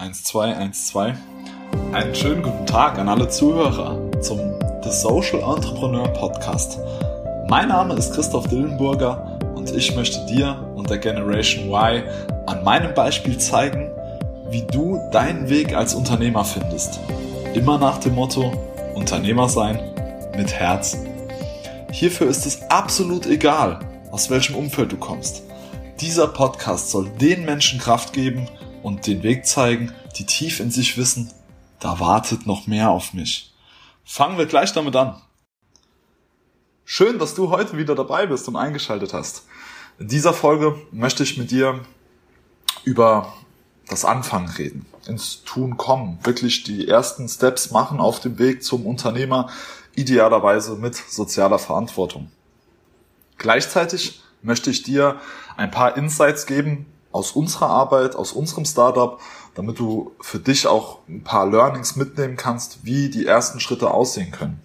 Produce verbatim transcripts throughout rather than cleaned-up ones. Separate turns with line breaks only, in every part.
Eins, zwei, eins, zwei. Einen schönen guten Tag an alle Zuhörer zum The Social Entrepreneur Podcast. Mein Name ist Christoph Dillenburger und ich möchte dir und der Generation Y an meinem Beispiel zeigen, wie du deinen Weg als Unternehmer findest. Immer nach dem Motto: Unternehmer sein mit Herz. Hierfür ist es absolut egal, aus welchem Umfeld du kommst. Dieser Podcast soll den Menschen Kraft geben und den Weg zeigen, die tief in sich wissen, da wartet noch mehr auf mich. Fangen wir gleich damit an. Schön, dass du heute wieder dabei bist und eingeschaltet hast. In dieser Folge möchte ich mit dir über das Anfangen reden, ins Tun kommen, wirklich die ersten Steps machen auf dem Weg zum Unternehmer, idealerweise mit sozialer Verantwortung. Gleichzeitig möchte ich dir ein paar Insights geben aus unserer Arbeit, aus unserem Startup, damit du für dich auch ein paar Learnings mitnehmen kannst, wie die ersten Schritte aussehen können.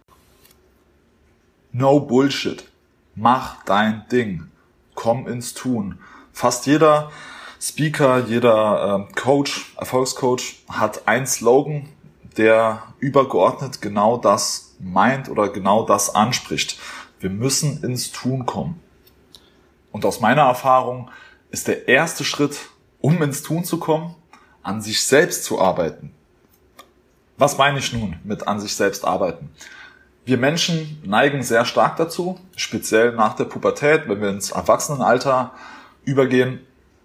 No Bullshit. Mach dein Ding. Komm ins Tun. Fast jeder Speaker, jeder äh, Coach, Erfolgscoach hat einen Slogan, der übergeordnet genau das meint oder genau das anspricht. Wir müssen ins Tun kommen. Und aus meiner Erfahrung ist der erste Schritt, um ins Tun zu kommen, an sich selbst zu arbeiten. Was meine ich nun mit an sich selbst arbeiten? Wir Menschen neigen sehr stark dazu, speziell nach der Pubertät, wenn wir ins Erwachsenenalter übergehen,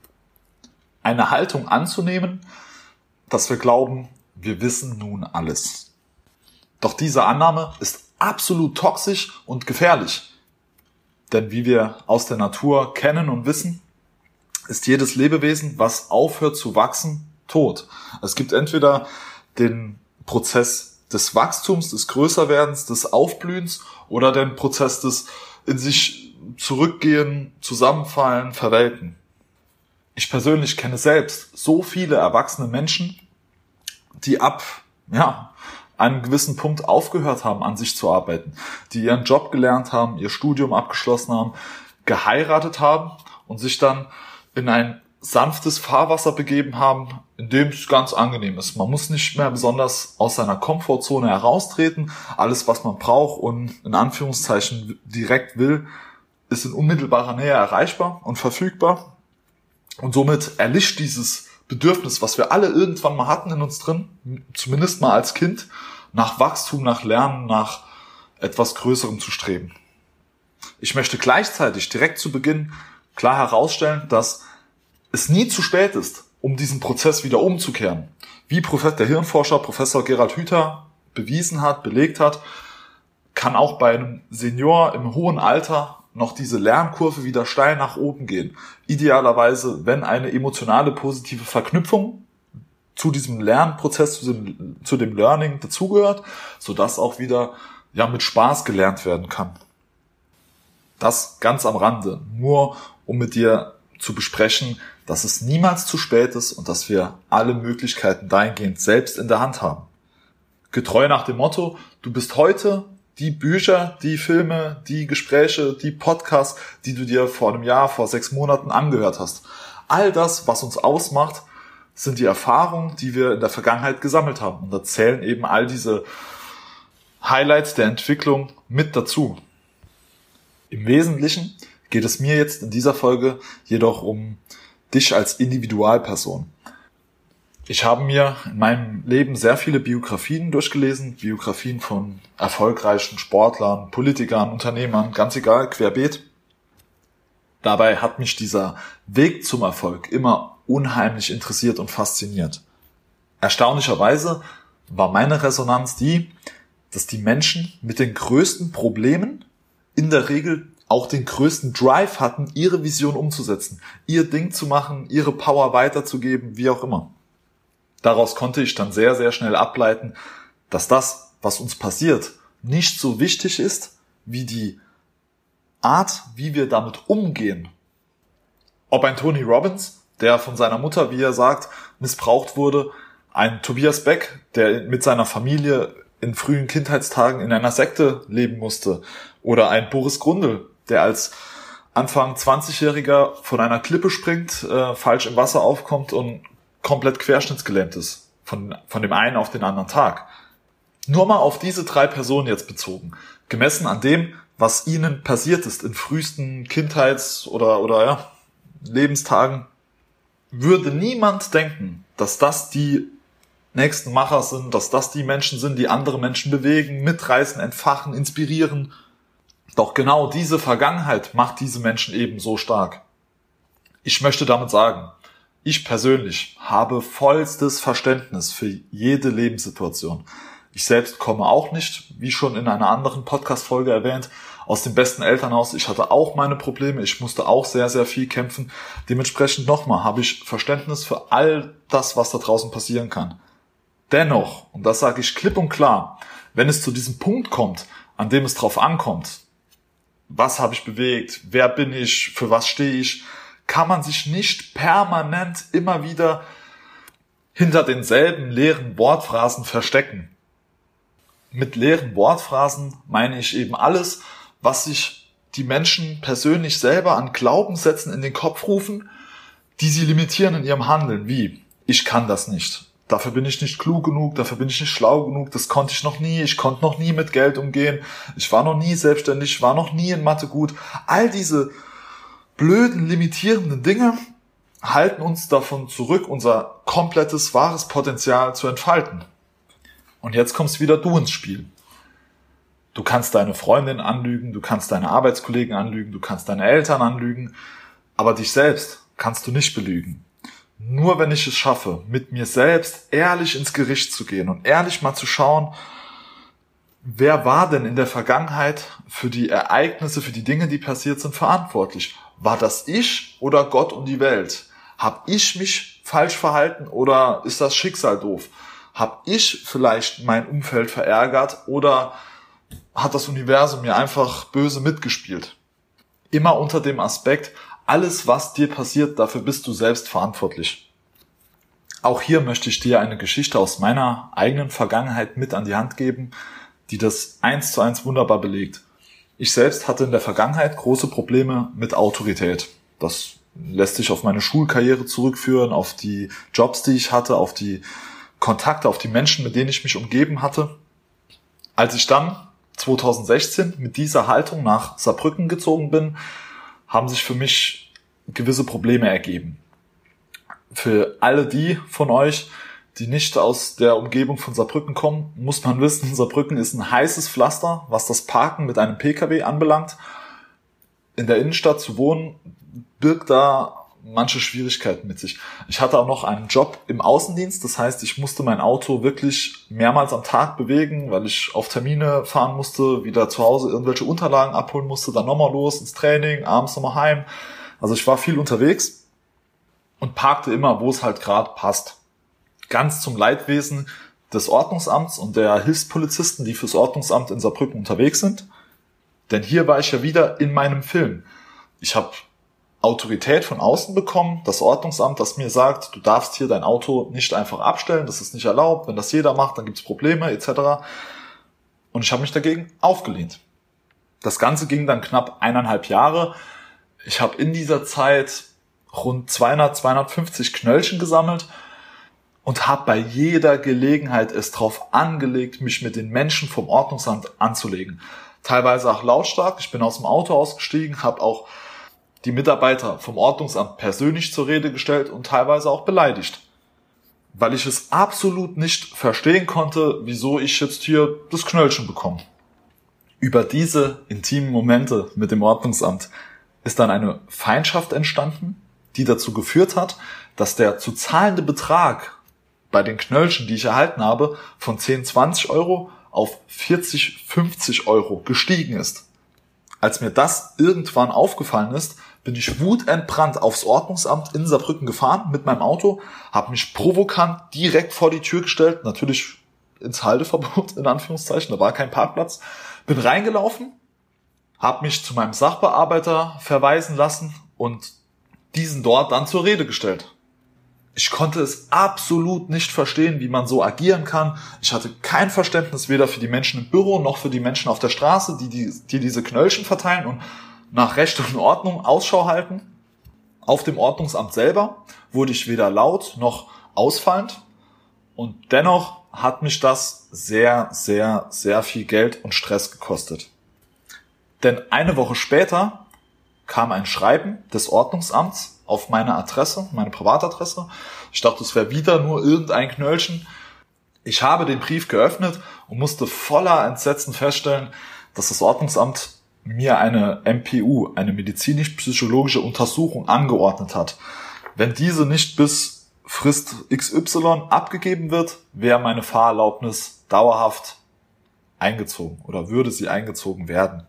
eine Haltung anzunehmen, dass wir glauben, wir wissen nun alles. Doch diese Annahme ist absolut toxisch und gefährlich. Denn wie wir aus der Natur kennen und wissen, ist jedes Lebewesen, was aufhört zu wachsen, tot. Es gibt entweder den Prozess des Wachstums, des Größerwerdens, des Aufblühens oder den Prozess des in sich zurückgehen, zusammenfallen, verwelken. Ich persönlich kenne selbst so viele erwachsene Menschen, die ab ja, einem gewissen Punkt aufgehört haben, an sich zu arbeiten, die ihren Job gelernt haben, ihr Studium abgeschlossen haben, geheiratet haben und sich dann in ein sanftes Fahrwasser begeben haben, in dem es ganz angenehm ist. Man muss nicht mehr besonders aus seiner Komfortzone heraustreten. Alles, was man braucht und in Anführungszeichen direkt will, ist in unmittelbarer Nähe erreichbar und verfügbar. Und somit erlischt dieses Bedürfnis, was wir alle irgendwann mal hatten in uns drin, zumindest mal als Kind, nach Wachstum, nach Lernen, nach etwas Größerem zu streben. Ich möchte gleichzeitig direkt zu Beginn klar herausstellen, dass es nie zu spät ist, um diesen Prozess wieder umzukehren. Wie der Hirnforscher Professor Gerald Hüther bewiesen hat, belegt hat, kann auch bei einem Senior im hohen Alter noch diese Lernkurve wieder steil nach oben gehen. Idealerweise, wenn eine emotionale positive Verknüpfung zu diesem Lernprozess, zu dem, zu dem Learning dazugehört, sodass auch wieder ja mit Spaß gelernt werden kann. Das ganz am Rande, nur um mit dir zu besprechen, dass es niemals zu spät ist und dass wir alle Möglichkeiten dahingehend selbst in der Hand haben. Getreu nach dem Motto: Du bist heute die Bücher, die Filme, die Gespräche, die Podcasts, die du dir vor einem Jahr, vor sechs Monaten angehört hast. All das, was uns ausmacht, sind die Erfahrungen, die wir in der Vergangenheit gesammelt haben. Und da zählen eben all diese Highlights der Entwicklung mit dazu. Im Wesentlichen geht es mir jetzt in dieser Folge jedoch um dich als Individualperson. Ich habe mir in meinem Leben sehr viele Biografien durchgelesen, Biografien von erfolgreichen Sportlern, Politikern, Unternehmern, ganz egal, querbeet. Dabei hat mich dieser Weg zum Erfolg immer unheimlich interessiert und fasziniert. Erstaunlicherweise war meine Resonanz die, dass die Menschen mit den größten Problemen in der Regel auch den größten Drive hatten, ihre Vision umzusetzen, ihr Ding zu machen, ihre Power weiterzugeben, wie auch immer. Daraus konnte ich dann sehr, sehr schnell ableiten, dass das, was uns passiert, nicht so wichtig ist, wie die Art, wie wir damit umgehen. Ob ein Tony Robbins, der von seiner Mutter, wie er sagt, missbraucht wurde, ein Tobias Beck, der mit seiner Familie in frühen Kindheitstagen in einer Sekte leben musste, oder ein Boris Grundl, der als Anfang zwanzigjähriger von einer Klippe springt, äh, falsch im Wasser aufkommt und komplett querschnittsgelähmt ist. Von, von dem einen auf den anderen Tag. Nur mal auf diese drei Personen jetzt bezogen. Gemessen an dem, was ihnen passiert ist in frühesten Kindheits- oder, oder ja, Lebenstagen, würde niemand denken, dass das die nächsten Macher sind, dass das die Menschen sind, die andere Menschen bewegen, mitreißen, entfachen, inspirieren. Doch genau diese Vergangenheit macht diese Menschen eben so stark. Ich möchte damit sagen, ich persönlich habe vollstes Verständnis für jede Lebenssituation. Ich selbst komme auch nicht, wie schon in einer anderen Podcast-Folge erwähnt, aus dem besten Elternhaus. Ich hatte auch meine Probleme, ich musste auch sehr, sehr viel kämpfen. Dementsprechend nochmal habe ich Verständnis für all das, was da draußen passieren kann. Dennoch, und das sage ich klipp und klar, wenn es zu diesem Punkt kommt, an dem es drauf ankommt, was habe ich bewegt, wer bin ich, für was stehe ich, kann man sich nicht permanent immer wieder hinter denselben leeren Wortphrasen verstecken. Mit leeren Wortphrasen meine ich eben alles, was sich die Menschen persönlich selber an Glaubenssätzen in den Kopf rufen, die sie limitieren in ihrem Handeln, wie: Ich kann das nicht, dafür bin ich nicht klug genug, dafür bin ich nicht schlau genug, das konnte ich noch nie, ich konnte noch nie mit Geld umgehen, ich war noch nie selbstständig, ich war noch nie in Mathe gut. All diese blöden, limitierenden Dinge halten uns davon zurück, unser komplettes, wahres Potenzial zu entfalten. Und jetzt kommst wieder du ins Spiel. Du kannst deine Freundin anlügen, du kannst deine Arbeitskollegen anlügen, du kannst deine Eltern anlügen, aber dich selbst kannst du nicht belügen. Nur wenn ich es schaffe, mit mir selbst ehrlich ins Gericht zu gehen und ehrlich mal zu schauen, wer war denn in der Vergangenheit für die Ereignisse, für die Dinge, die passiert sind, verantwortlich? War das ich oder Gott und die Welt? Hab ich mich falsch verhalten oder ist das Schicksal doof? Hab ich vielleicht mein Umfeld verärgert oder hat das Universum mir einfach böse mitgespielt? Immer unter dem Aspekt, alles, was dir passiert, dafür bist du selbst verantwortlich. Auch hier möchte ich dir eine Geschichte aus meiner eigenen Vergangenheit mit an die Hand geben, die das eins zu eins wunderbar belegt. Ich selbst hatte in der Vergangenheit große Probleme mit Autorität. Das lässt sich auf meine Schulkarriere zurückführen, auf die Jobs, die ich hatte, auf die Kontakte, auf die Menschen, mit denen ich mich umgeben hatte. Als ich dann zwanzig sechzehn mit dieser Haltung nach Saarbrücken gezogen bin, haben sich für mich gewisse Probleme ergeben. Für alle die von euch, die nicht aus der Umgebung von Saarbrücken kommen, muss man wissen, Saarbrücken ist ein heißes Pflaster, was das Parken mit einem Pkw anbelangt. In der Innenstadt zu wohnen, birgt da manche Schwierigkeiten mit sich. Ich hatte auch noch einen Job im Außendienst, das heißt, ich musste mein Auto wirklich mehrmals am Tag bewegen, weil ich auf Termine fahren musste, wieder zu Hause irgendwelche Unterlagen abholen musste, dann nochmal los ins Training, abends nochmal heim. Also ich war viel unterwegs und parkte immer, wo es halt gerade passt. Ganz zum Leidwesen des Ordnungsamts und der Hilfspolizisten, die fürs Ordnungsamt in Saarbrücken unterwegs sind. Denn hier war ich ja wieder in meinem Film. Ich habe Autorität von außen bekommen, das Ordnungsamt, das mir sagt, du darfst hier dein Auto nicht einfach abstellen, das ist nicht erlaubt, wenn das jeder macht, dann gibt's Probleme et cetera. Und ich habe mich dagegen aufgelehnt. Das Ganze ging dann knapp eineinhalb Jahre. Ich habe in dieser Zeit rund zweihundert, zweihundertfünfzig Knöllchen gesammelt und habe bei jeder Gelegenheit es drauf angelegt, mich mit den Menschen vom Ordnungsamt anzulegen. Teilweise auch lautstark. Ich bin aus dem Auto ausgestiegen, habe auch die Mitarbeiter vom Ordnungsamt persönlich zur Rede gestellt und teilweise auch beleidigt. Weil ich es absolut nicht verstehen konnte, wieso ich jetzt hier das Knöllchen bekomme. Über diese intimen Momente mit dem Ordnungsamt ist dann eine Feindschaft entstanden, die dazu geführt hat, dass der zu zahlende Betrag bei den Knöllchen, die ich erhalten habe, von zehn, zwanzig Euro auf vierzig, fünfzig Euro gestiegen ist. Als mir das irgendwann aufgefallen ist, bin ich wutentbrannt aufs Ordnungsamt in Saarbrücken gefahren mit meinem Auto, habe mich provokant direkt vor die Tür gestellt, natürlich ins Halteverbot, in Anführungszeichen, da war kein Parkplatz, bin reingelaufen, habe mich zu meinem Sachbearbeiter verweisen lassen und diesen dort dann zur Rede gestellt. Ich konnte es absolut nicht verstehen, wie man so agieren kann. Ich hatte kein Verständnis weder für die Menschen im Büro noch für die Menschen auf der Straße, die, die, die diese Knöllchen verteilen und nach Recht und Ordnung Ausschau halten. Auf dem Ordnungsamt selber wurde ich weder laut noch ausfallend und dennoch hat mich das sehr, sehr, sehr viel Geld und Stress gekostet. Denn eine Woche später kam ein Schreiben des Ordnungsamts auf meine Adresse, meine Privatadresse. Ich dachte, es wäre wieder nur irgendein Knöllchen. Ich habe den Brief geöffnet und musste voller Entsetzen feststellen, dass das Ordnungsamt mir eine M P U, eine medizinisch-psychologische Untersuchung angeordnet hat. Wenn diese nicht bis Frist X Y abgegeben wird, wäre meine Fahrerlaubnis dauerhaft eingezogen oder würde sie eingezogen werden.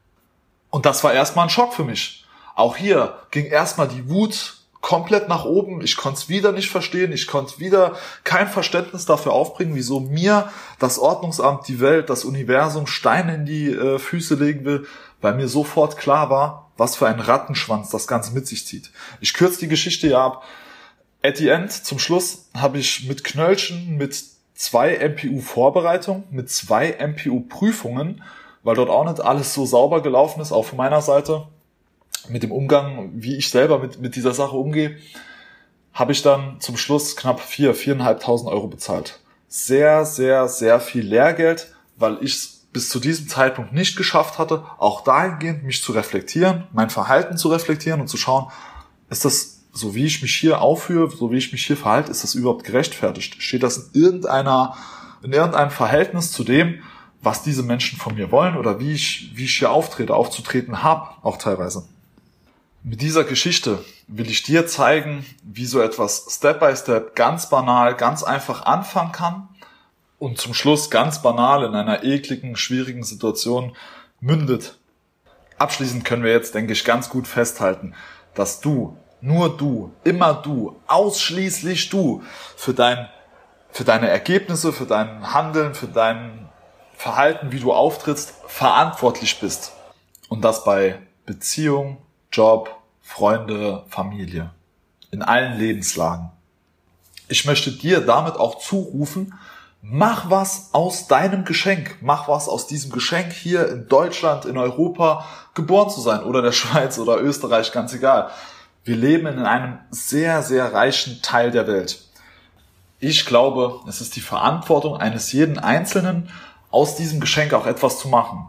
Und das war erstmal ein Schock für mich. Auch hier ging erstmal die Wut komplett nach oben. Ich konnte es wieder nicht verstehen. Ich konnte wieder kein Verständnis dafür aufbringen, wieso mir das Ordnungsamt, die Welt, das Universum Steine in die äh, Füße legen will, weil mir sofort klar war, was für ein Rattenschwanz das Ganze mit sich zieht. Ich kürze die Geschichte ja ab. At the end, zum Schluss, habe ich mit Knöllchen, mit zwei M P U-Vorbereitungen, mit zwei M P U-Prüfungen, weil dort auch nicht alles so sauber gelaufen ist, auch von meiner Seite, mit dem Umgang, wie ich selber mit, mit dieser Sache umgehe, habe ich dann zum Schluss knapp vier, viereinhalbtausend Euro bezahlt. Sehr, sehr, sehr viel Lehrgeld, weil ich es bis zu diesem Zeitpunkt nicht geschafft hatte, auch dahingehend mich zu reflektieren, mein Verhalten zu reflektieren und zu schauen, ist das, so wie ich mich hier aufführe, so wie ich mich hier verhalte, ist das überhaupt gerechtfertigt? Steht das in irgendeiner, in irgendeinem Verhältnis zu dem, was diese Menschen von mir wollen oder wie ich, wie ich hier auftrete, aufzutreten habe, auch teilweise. Mit dieser Geschichte will ich dir zeigen, wie so etwas Step by Step ganz banal, ganz einfach anfangen kann und zum Schluss ganz banal in einer ekligen, schwierigen Situation mündet. Abschließend können wir jetzt, denke ich, ganz gut festhalten, dass du, nur du, immer du, ausschließlich du für dein, für deine Ergebnisse, für dein Handeln, für dein Verhalten, wie du auftrittst, verantwortlich bist. Und das bei Beziehung, Job, Freunde, Familie. In allen Lebenslagen. Ich möchte dir damit auch zurufen, mach was aus deinem Geschenk. Mach was aus diesem Geschenk, hier in Deutschland, in Europa geboren zu sein oder der Schweiz oder Österreich, ganz egal. Wir leben in einem sehr, sehr reichen Teil der Welt. Ich glaube, es ist die Verantwortung eines jeden Einzelnen, aus diesem Geschenk auch etwas zu machen.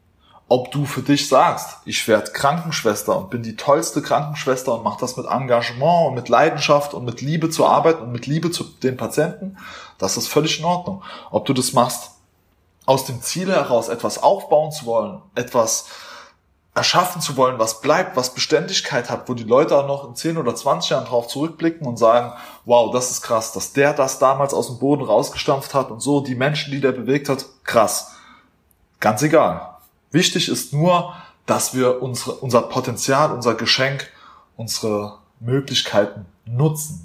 Ob du für dich sagst, ich werde Krankenschwester und bin die tollste Krankenschwester und mache das mit Engagement und mit Leidenschaft und mit Liebe zur Arbeit und mit Liebe zu den Patienten, das ist völlig in Ordnung. Ob du das machst, aus dem Ziel heraus etwas aufbauen zu wollen, etwas erschaffen zu wollen, was bleibt, was Beständigkeit hat, wo die Leute auch noch in zehn oder zwanzig Jahren drauf zurückblicken und sagen, wow, das ist krass, dass der das damals aus dem Boden rausgestampft hat und so, die Menschen, die der bewegt hat, krass. Ganz egal. Wichtig ist nur, dass wir unsere, unser Potenzial, unser Geschenk, unsere Möglichkeiten nutzen.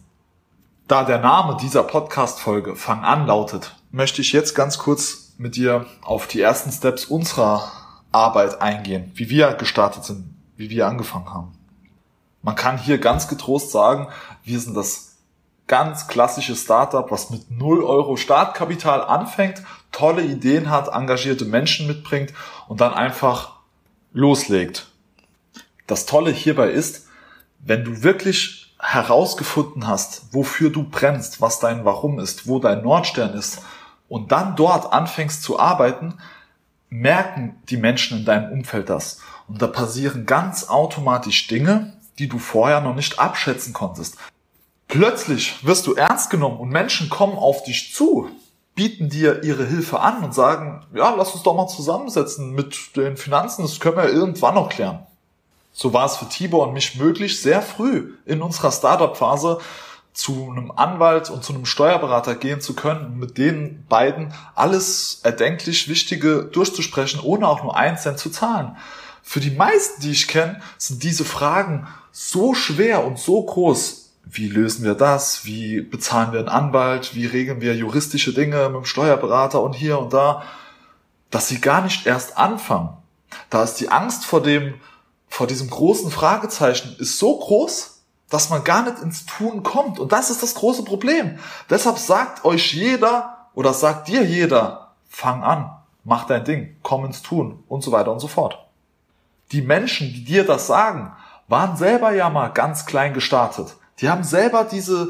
Da der Name dieser Podcast-Folge Fang an lautet, möchte ich jetzt ganz kurz mit dir auf die ersten Steps unserer Arbeit eingehen, wie wir gestartet sind, wie wir angefangen haben. Man kann hier ganz getrost sagen, wir sind das ganz klassische Startup, was mit null Euro Startkapital anfängt, tolle Ideen hat, engagierte Menschen mitbringt und dann einfach loslegt. Das Tolle hierbei ist, wenn du wirklich herausgefunden hast, wofür du brennst, was dein Warum ist, wo dein Nordstern ist und dann dort anfängst zu arbeiten, merken die Menschen in deinem Umfeld das. Und da passieren ganz automatisch Dinge, die du vorher noch nicht abschätzen konntest. Plötzlich wirst du ernst genommen und Menschen kommen auf dich zu, bieten dir ihre Hilfe an und sagen, ja, lass uns doch mal zusammensetzen mit den Finanzen, das können wir irgendwann noch klären. So war es für Tibor und mich möglich, sehr früh in unserer Startup-Phase zu einem Anwalt und zu einem Steuerberater gehen zu können und mit den beiden alles erdenklich Wichtige durchzusprechen, ohne auch nur einen Cent zu zahlen. Für die meisten, die ich kenne, sind diese Fragen so schwer und so groß. Wie lösen wir das? Wie bezahlen wir einen Anwalt? Wie regeln wir juristische Dinge mit dem Steuerberater und hier und da? Dass sie gar nicht erst anfangen. Da ist die Angst vor dem, vor diesem großen Fragezeichen ist so groß, dass man gar nicht ins Tun kommt. Und das ist das große Problem. Deshalb sagt euch jeder oder sagt dir jeder, fang an, mach dein Ding, komm ins Tun und so weiter und so fort. Die Menschen, die dir das sagen, waren selber ja mal ganz klein gestartet. Die haben selber diese,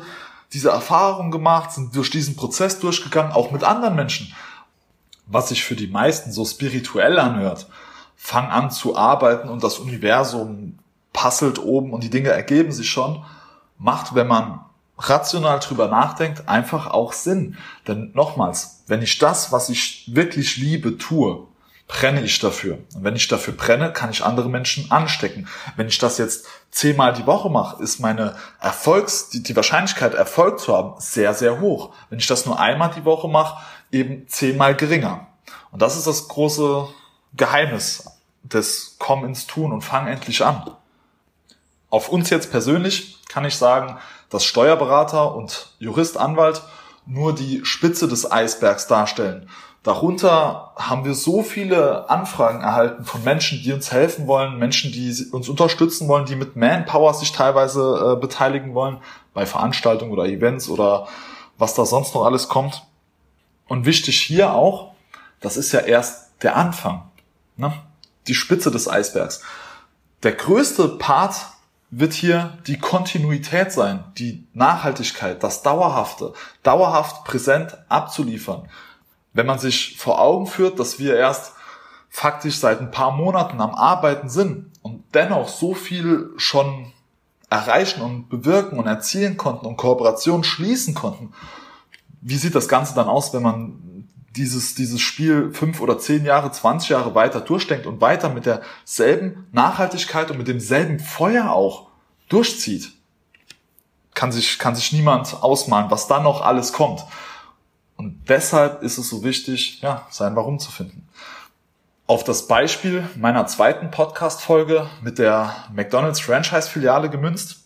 diese Erfahrung gemacht, sind durch diesen Prozess durchgegangen, auch mit anderen Menschen. Was sich für die meisten so spirituell anhört, fang an zu arbeiten und das Universum puzzelt oben und die Dinge ergeben sich schon, macht, wenn man rational drüber nachdenkt, einfach auch Sinn. Denn nochmals, wenn ich das, was ich wirklich liebe, tue, brenne ich dafür. Und wenn ich dafür brenne, kann ich andere Menschen anstecken. Wenn ich das jetzt zehnmal die Woche mache, ist meine Erfolgs, die, die Wahrscheinlichkeit, Erfolg zu haben, sehr, sehr hoch. Wenn ich das nur einmal die Woche mache, eben zehnmal geringer. Und das ist das große Geheimnis des Komm ins Tun und fang endlich an. Auf uns jetzt persönlich kann ich sagen, dass Steuerberater und Jurist, Anwalt nur die Spitze des Eisbergs darstellen. Darunter haben wir so viele Anfragen erhalten von Menschen, die uns helfen wollen, Menschen, die uns unterstützen wollen, die mit Manpower sich teilweise äh, beteiligen wollen, bei Veranstaltungen oder Events oder was da sonst noch alles kommt. Und wichtig hier auch, das ist ja erst der Anfang, ne? Die Spitze des Eisbergs. Der größte Part wird hier die Kontinuität sein, die Nachhaltigkeit, das Dauerhafte, dauerhaft präsent abzuliefern. Wenn man sich vor Augen führt, dass wir erst faktisch seit ein paar Monaten am Arbeiten sind und dennoch so viel schon erreichen und bewirken und erzielen konnten und Kooperationen schließen konnten, wie sieht das Ganze dann aus, wenn man dieses, dieses Spiel fünf oder zehn Jahre, zwanzig Jahre weiter durchdenkt und weiter mit derselben Nachhaltigkeit und mit demselben Feuer auch durchzieht? Kann sich, kann sich niemand ausmalen, was dann noch alles kommt. Und deshalb ist es so wichtig, ja, sein Warum zu finden. Auf das Beispiel meiner zweiten Podcast-Folge mit der McDonald's-Franchise-Filiale gemünzt.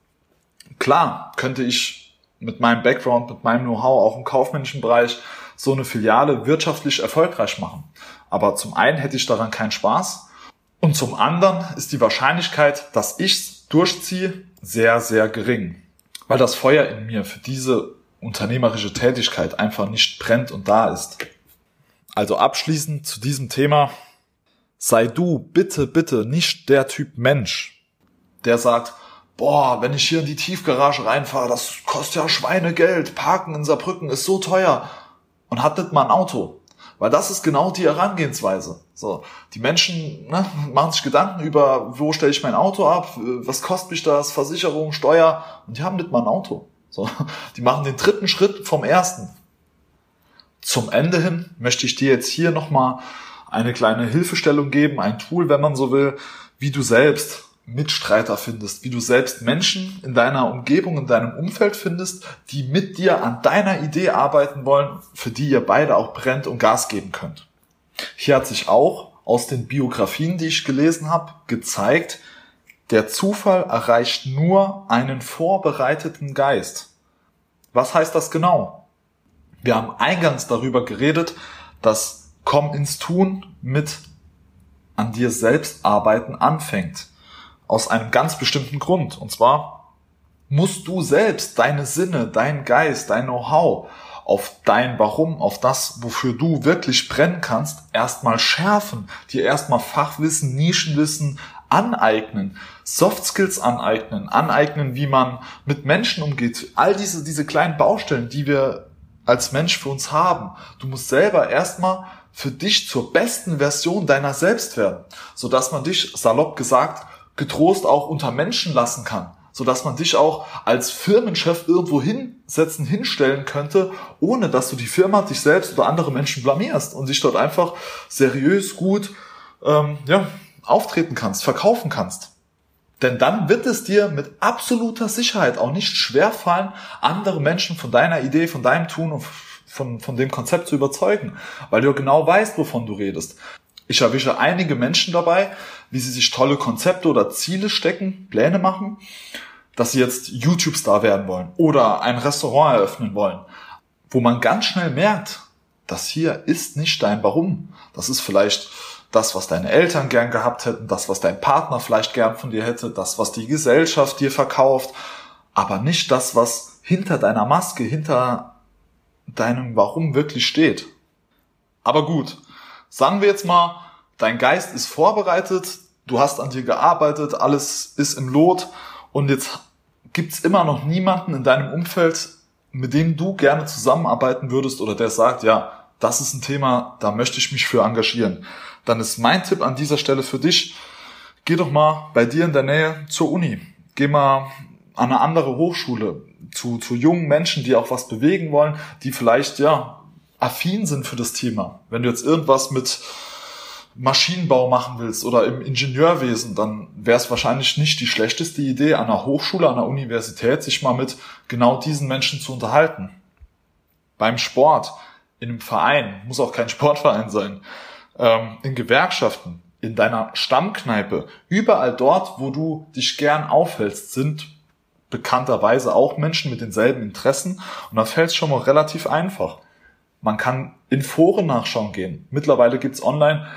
Klar könnte ich mit meinem Background, mit meinem Know-how auch im kaufmännischen Bereich so eine Filiale wirtschaftlich erfolgreich machen. Aber zum einen hätte ich daran keinen Spaß und zum anderen ist die Wahrscheinlichkeit, dass ich es durchziehe, sehr, sehr gering. Weil das Feuer in mir für diese unternehmerische Tätigkeit einfach nicht brennt und da ist. Also abschließend zu diesem Thema: Sei du bitte, bitte nicht der Typ Mensch, der sagt, boah, wenn ich hier in die Tiefgarage reinfahre, das kostet ja Schweinegeld, Parken in Saarbrücken ist so teuer und hat nicht mal ein Auto. Weil das ist genau die Herangehensweise. So, die Menschen ne, machen sich Gedanken über, wo stelle ich mein Auto ab, was kostet mich das, Versicherung, Steuer, und die haben nicht mal ein Auto. So, die machen den dritten Schritt vom ersten. Zum Ende hin möchte ich dir jetzt hier nochmal eine kleine Hilfestellung geben, ein Tool, wenn man so will, wie du selbst Mitstreiter findest, wie du selbst Menschen in deiner Umgebung, in deinem Umfeld findest, die mit dir an deiner Idee arbeiten wollen, für die ihr beide auch brennt und Gas geben könnt. Hier hat sich auch aus den Biografien, die ich gelesen habe, gezeigt, der Zufall erreicht nur einen vorbereiteten Geist. Was heißt das genau? Wir haben eingangs darüber geredet, dass Komm ins Tun mit an dir selbst arbeiten anfängt. Aus einem ganz bestimmten Grund. Und zwar musst du selbst deine Sinne, dein Geist, dein Know-how auf dein Warum, auf das, wofür du wirklich brennen kannst, erstmal schärfen, dir erstmal Fachwissen, Nischenwissen aneignen, Soft Skills aneignen, aneignen, wie man mit Menschen umgeht. All diese, diese kleinen Baustellen, die wir als Mensch für uns haben. Du musst selber erstmal für dich zur besten Version deiner selbst werden, sodass man dich, salopp gesagt, getrost auch unter Menschen lassen kann, sodass man dich auch als Firmenchef irgendwo hinsetzen, hinstellen könnte, ohne dass du die Firma, dich selbst oder andere Menschen blamierst und dich dort einfach seriös, gut ähm, ja, auftreten kannst, verkaufen kannst. Denn dann wird es dir mit absoluter Sicherheit auch nicht schwerfallen, andere Menschen von deiner Idee, von deinem Tun und von, von dem Konzept zu überzeugen, weil du genau weißt, wovon du redest. Ich erwische einige Menschen dabei, wie sie sich tolle Konzepte oder Ziele stecken, Pläne machen, dass sie jetzt YouTube-Star werden wollen oder ein Restaurant eröffnen wollen, wo man ganz schnell merkt, das hier ist nicht dein Warum. Das ist vielleicht das, was deine Eltern gern gehabt hätten, das, was dein Partner vielleicht gern von dir hätte, das, was die Gesellschaft dir verkauft, aber nicht das, was hinter deiner Maske, hinter deinem Warum wirklich steht. Aber gut, sagen wir jetzt mal, dein Geist ist vorbereitet, du hast an dir gearbeitet, alles ist im Lot und jetzt gibt's immer noch niemanden in deinem Umfeld, mit dem du gerne zusammenarbeiten würdest oder der sagt, ja, das ist ein Thema, da möchte ich mich für engagieren, dann ist mein Tipp an dieser Stelle für dich, geh doch mal bei dir in der Nähe zur Uni. Geh mal an eine andere Hochschule, zu, zu jungen Menschen, die auch was bewegen wollen, die vielleicht, ja, affin sind für das Thema. Wenn du jetzt irgendwas mit Maschinenbau machen willst oder im Ingenieurwesen, dann wäre es wahrscheinlich nicht die schlechteste Idee, an einer Hochschule, an einer Universität, sich mal mit genau diesen Menschen zu unterhalten. Beim Sport, in einem Verein, muss auch kein Sportverein sein, ähm, in Gewerkschaften, in deiner Stammkneipe, überall dort, wo du dich gern aufhältst, sind bekannterweise auch Menschen mit denselben Interessen und da fällt es schon mal relativ einfach. Man kann in Foren nachschauen gehen. Mittlerweile gibt's online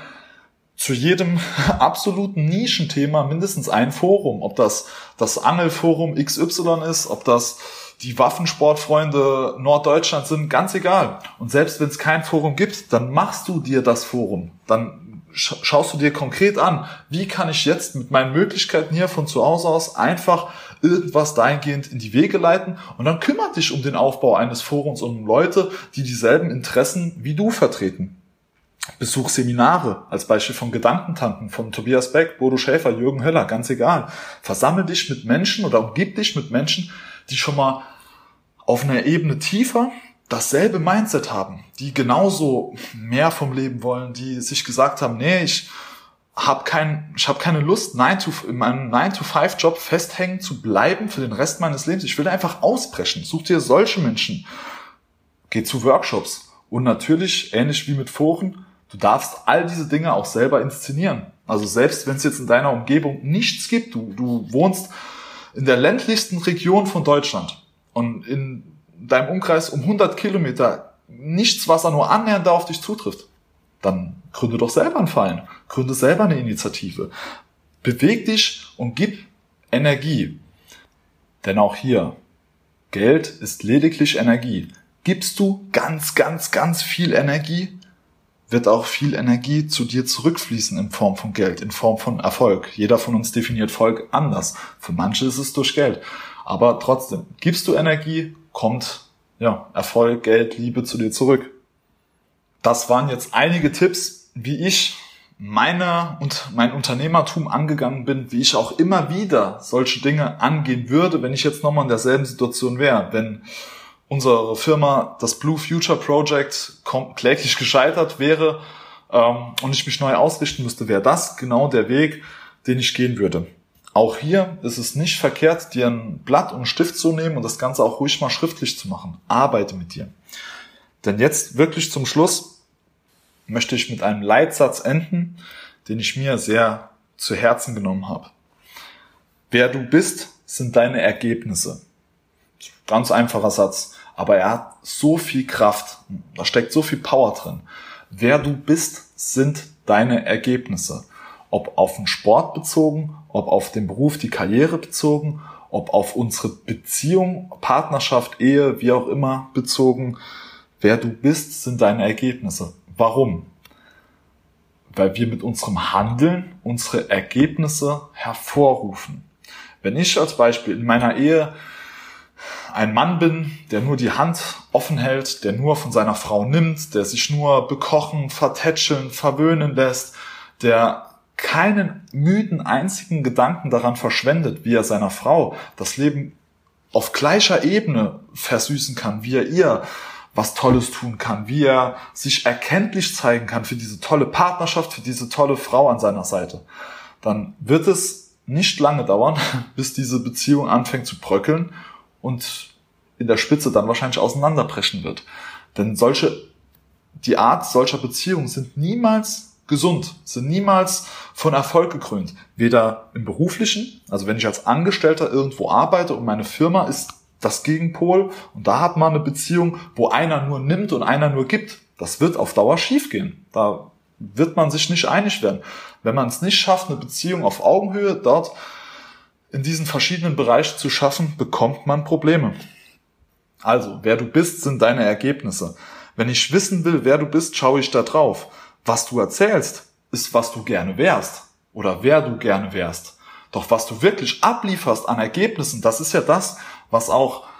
zu jedem absoluten Nischenthema mindestens ein Forum. Ob das das Angelforum X Y ist, ob das die Waffensportfreunde Norddeutschland sind, ganz egal. Und selbst wenn es kein Forum gibt, dann machst du dir das Forum. Dann schaust du dir konkret an, wie kann ich jetzt mit meinen Möglichkeiten hier von zu Hause aus einfach irgendwas dahingehend in die Wege leiten und dann kümmere dich um den Aufbau eines Forums und um Leute, die dieselben Interessen wie du vertreten. Besuch Seminare, als Beispiel von Gedankentanken, von Tobias Beck, Bodo Schäfer, Jürgen Höller, ganz egal. Versammel dich mit Menschen oder umgib dich mit Menschen, die schon mal auf einer Ebene tiefer dasselbe Mindset haben, die genauso mehr vom Leben wollen, die sich gesagt haben, nee, ich habe kein, ich habe keine Lust, nine to, in meinem nine to five Job festhängen zu bleiben für den Rest meines Lebens. Ich will einfach ausbrechen. Such dir solche Menschen. Geh zu Workshops. Und natürlich, ähnlich wie mit Foren, du darfst all diese Dinge auch selber inszenieren. Also selbst wenn es jetzt in deiner Umgebung nichts gibt, du, du wohnst in der ländlichsten Region von Deutschland und in deinem Umkreis um hundert Kilometer nichts, was da nur annähernd da auf dich zutrifft, dann gründe doch selber einen Verein, gründe selber eine Initiative. Beweg dich und gib Energie. Denn auch hier, Geld ist lediglich Energie. Gibst du ganz, ganz, ganz viel Energie, wird auch viel Energie zu dir zurückfließen in Form von Geld, in Form von Erfolg. Jeder von uns definiert Erfolg anders. Für manche ist es durch Geld. Aber trotzdem, gibst du Energie, kommt ja Erfolg, Geld, Liebe zu dir zurück. Das waren jetzt einige Tipps, wie ich meine und mein Unternehmertum angegangen bin, wie ich auch immer wieder solche Dinge angehen würde, wenn ich jetzt nochmal in derselben Situation wäre. Wenn unsere Firma, das Blue Future Project, kläglich gescheitert wäre ähm, und ich mich neu ausrichten müsste, wäre das genau der Weg, den ich gehen würde. Auch hier ist es nicht verkehrt, dir ein Blatt und einen Stift zu nehmen und das Ganze auch ruhig mal schriftlich zu machen. Arbeite mit dir. Denn jetzt wirklich zum Schluss möchte ich mit einem Leitsatz enden, den ich mir sehr zu Herzen genommen habe. Wer du bist, sind deine Ergebnisse. Ganz einfacher Satz, aber er hat so viel Kraft, da steckt so viel Power drin. Wer du bist, sind deine Ergebnisse. Ob auf den Sport bezogen, ob auf den Beruf, die Karriere bezogen, ob auf unsere Beziehung, Partnerschaft, Ehe, wie auch immer bezogen. Wer du bist, sind deine Ergebnisse. Warum? Weil wir mit unserem Handeln unsere Ergebnisse hervorrufen. Wenn ich als Beispiel in meiner Ehe ein Mann bin, der nur die Hand offen hält, der nur von seiner Frau nimmt, der sich nur bekochen, vertätscheln, verwöhnen lässt, der keinen müden einzigen Gedanken daran verschwendet, wie er seiner Frau das Leben auf gleicher Ebene versüßen kann, wie er ihr was Tolles tun kann, wie er sich erkenntlich zeigen kann für diese tolle Partnerschaft, für diese tolle Frau an seiner Seite, dann wird es nicht lange dauern, bis diese Beziehung anfängt zu bröckeln und in der Spitze dann wahrscheinlich auseinanderbrechen wird. Denn solche, die Art solcher Beziehungen sind niemals gesund, sind niemals von Erfolg gekrönt. Weder im Beruflichen, also wenn ich als Angestellter irgendwo arbeite und meine Firma ist das Gegenpol und da hat man eine Beziehung, wo einer nur nimmt und einer nur gibt. Das wird auf Dauer schiefgehen. Da wird man sich nicht einig werden. Wenn man es nicht schafft, eine Beziehung auf Augenhöhe dort in diesen verschiedenen Bereichen zu schaffen, bekommt man Probleme. Also, wer du bist, sind deine Ergebnisse. Wenn ich wissen will, wer du bist, schaue ich da drauf. Was du erzählst, ist, was du gerne wärst oder wer du gerne wärst. Doch was du wirklich ablieferst an Ergebnissen, das ist ja das, was auch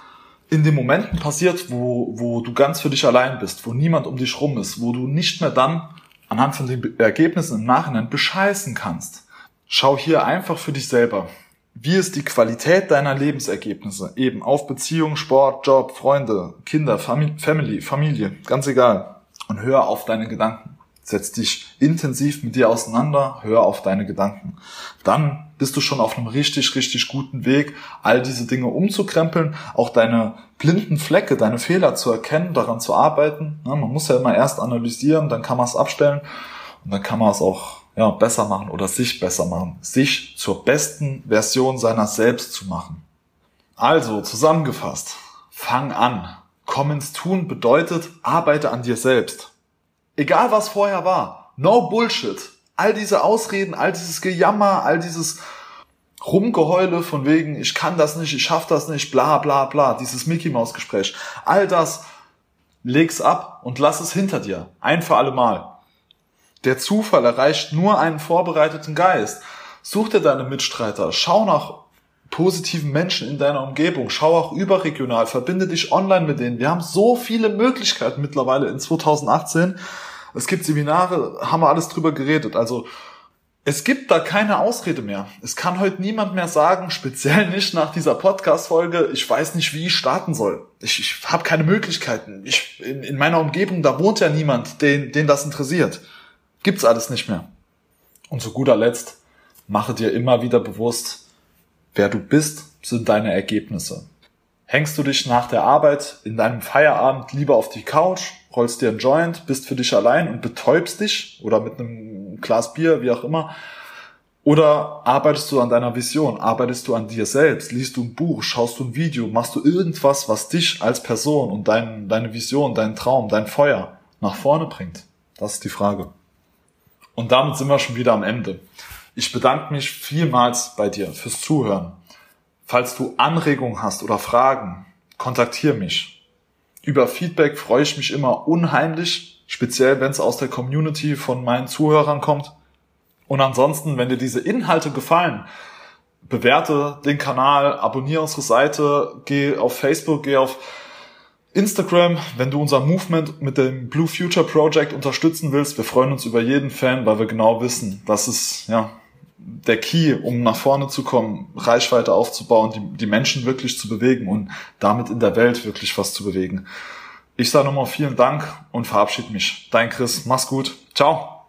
in den Momenten passiert, wo, wo du ganz für dich allein bist, wo niemand um dich rum ist, wo du nicht mehr dann anhand von den Ergebnissen im Nachhinein bescheißen kannst. Schau hier einfach für dich selber. Wie ist die Qualität deiner Lebensergebnisse? Eben auf Beziehung, Sport, Job, Freunde, Kinder, Family, Familie, ganz egal. Und hör auf deine Gedanken. Setz dich intensiv mit dir auseinander, hör auf deine Gedanken. Dann bist du schon auf einem richtig, richtig guten Weg, all diese Dinge umzukrempeln, auch deine blinden Flecke, deine Fehler zu erkennen, daran zu arbeiten. Ja, man muss ja immer erst analysieren, dann kann man es abstellen und dann kann man es auch ja, besser machen oder sich besser machen. Sich zur besten Version seiner selbst zu machen. Also, zusammengefasst, fang an. Komm ins Tun bedeutet, arbeite an dir selbst. Egal was vorher war, no Bullshit. All diese Ausreden, all dieses Gejammer, all dieses Rumgeheule von wegen, ich kann das nicht, ich schaff das nicht, bla bla bla, dieses Mickey-Maus-Gespräch. All das, leg's ab und lass es hinter dir. Ein für alle Mal. Der Zufall erreicht nur einen vorbereiteten Geist. Such dir deine Mitstreiter, schau nach positiven Menschen in deiner Umgebung, schau auch überregional, verbinde dich online mit denen. Wir haben so viele Möglichkeiten mittlerweile in zwanzig achtzehn. Es gibt Seminare, haben wir alles drüber geredet. Also es gibt da keine Ausrede mehr. Es kann heute niemand mehr sagen, speziell nicht nach dieser Podcast-Folge, ich weiß nicht, wie ich starten soll. Ich, ich habe keine Möglichkeiten. Ich, in, in meiner Umgebung, da wohnt ja niemand, den, den das interessiert. Gibt's alles nicht mehr. Und zu guter Letzt, mache dir immer wieder bewusst, wer du bist, sind deine Ergebnisse. Hängst du dich nach der Arbeit in deinem Feierabend lieber auf die Couch, rollst dir einen Joint, bist für dich allein und betäubst dich oder mit einem Glas Bier, wie auch immer, oder arbeitest du an deiner Vision, arbeitest du an dir selbst, liest du ein Buch, schaust du ein Video, machst du irgendwas, was dich als Person und dein, deine Vision, dein Traum, dein Feuer nach vorne bringt? Das ist die Frage. Und damit sind wir schon wieder am Ende. Ich bedanke mich vielmals bei dir fürs Zuhören. Falls du Anregungen hast oder Fragen, kontaktiere mich. Über Feedback freue ich mich immer unheimlich, speziell wenn es aus der Community von meinen Zuhörern kommt. Und ansonsten, wenn dir diese Inhalte gefallen, bewerte den Kanal, abonniere unsere Seite, geh auf Facebook, geh auf Instagram, wenn du unser Movement mit dem Blue Future Project unterstützen willst. Wir freuen uns über jeden Fan, weil wir genau wissen, das ist ja der Key, um nach vorne zu kommen, Reichweite aufzubauen, die, die Menschen wirklich zu bewegen und damit in der Welt wirklich was zu bewegen. Ich sage nochmal vielen Dank und verabschiede mich. Dein Chris, mach's gut. Ciao.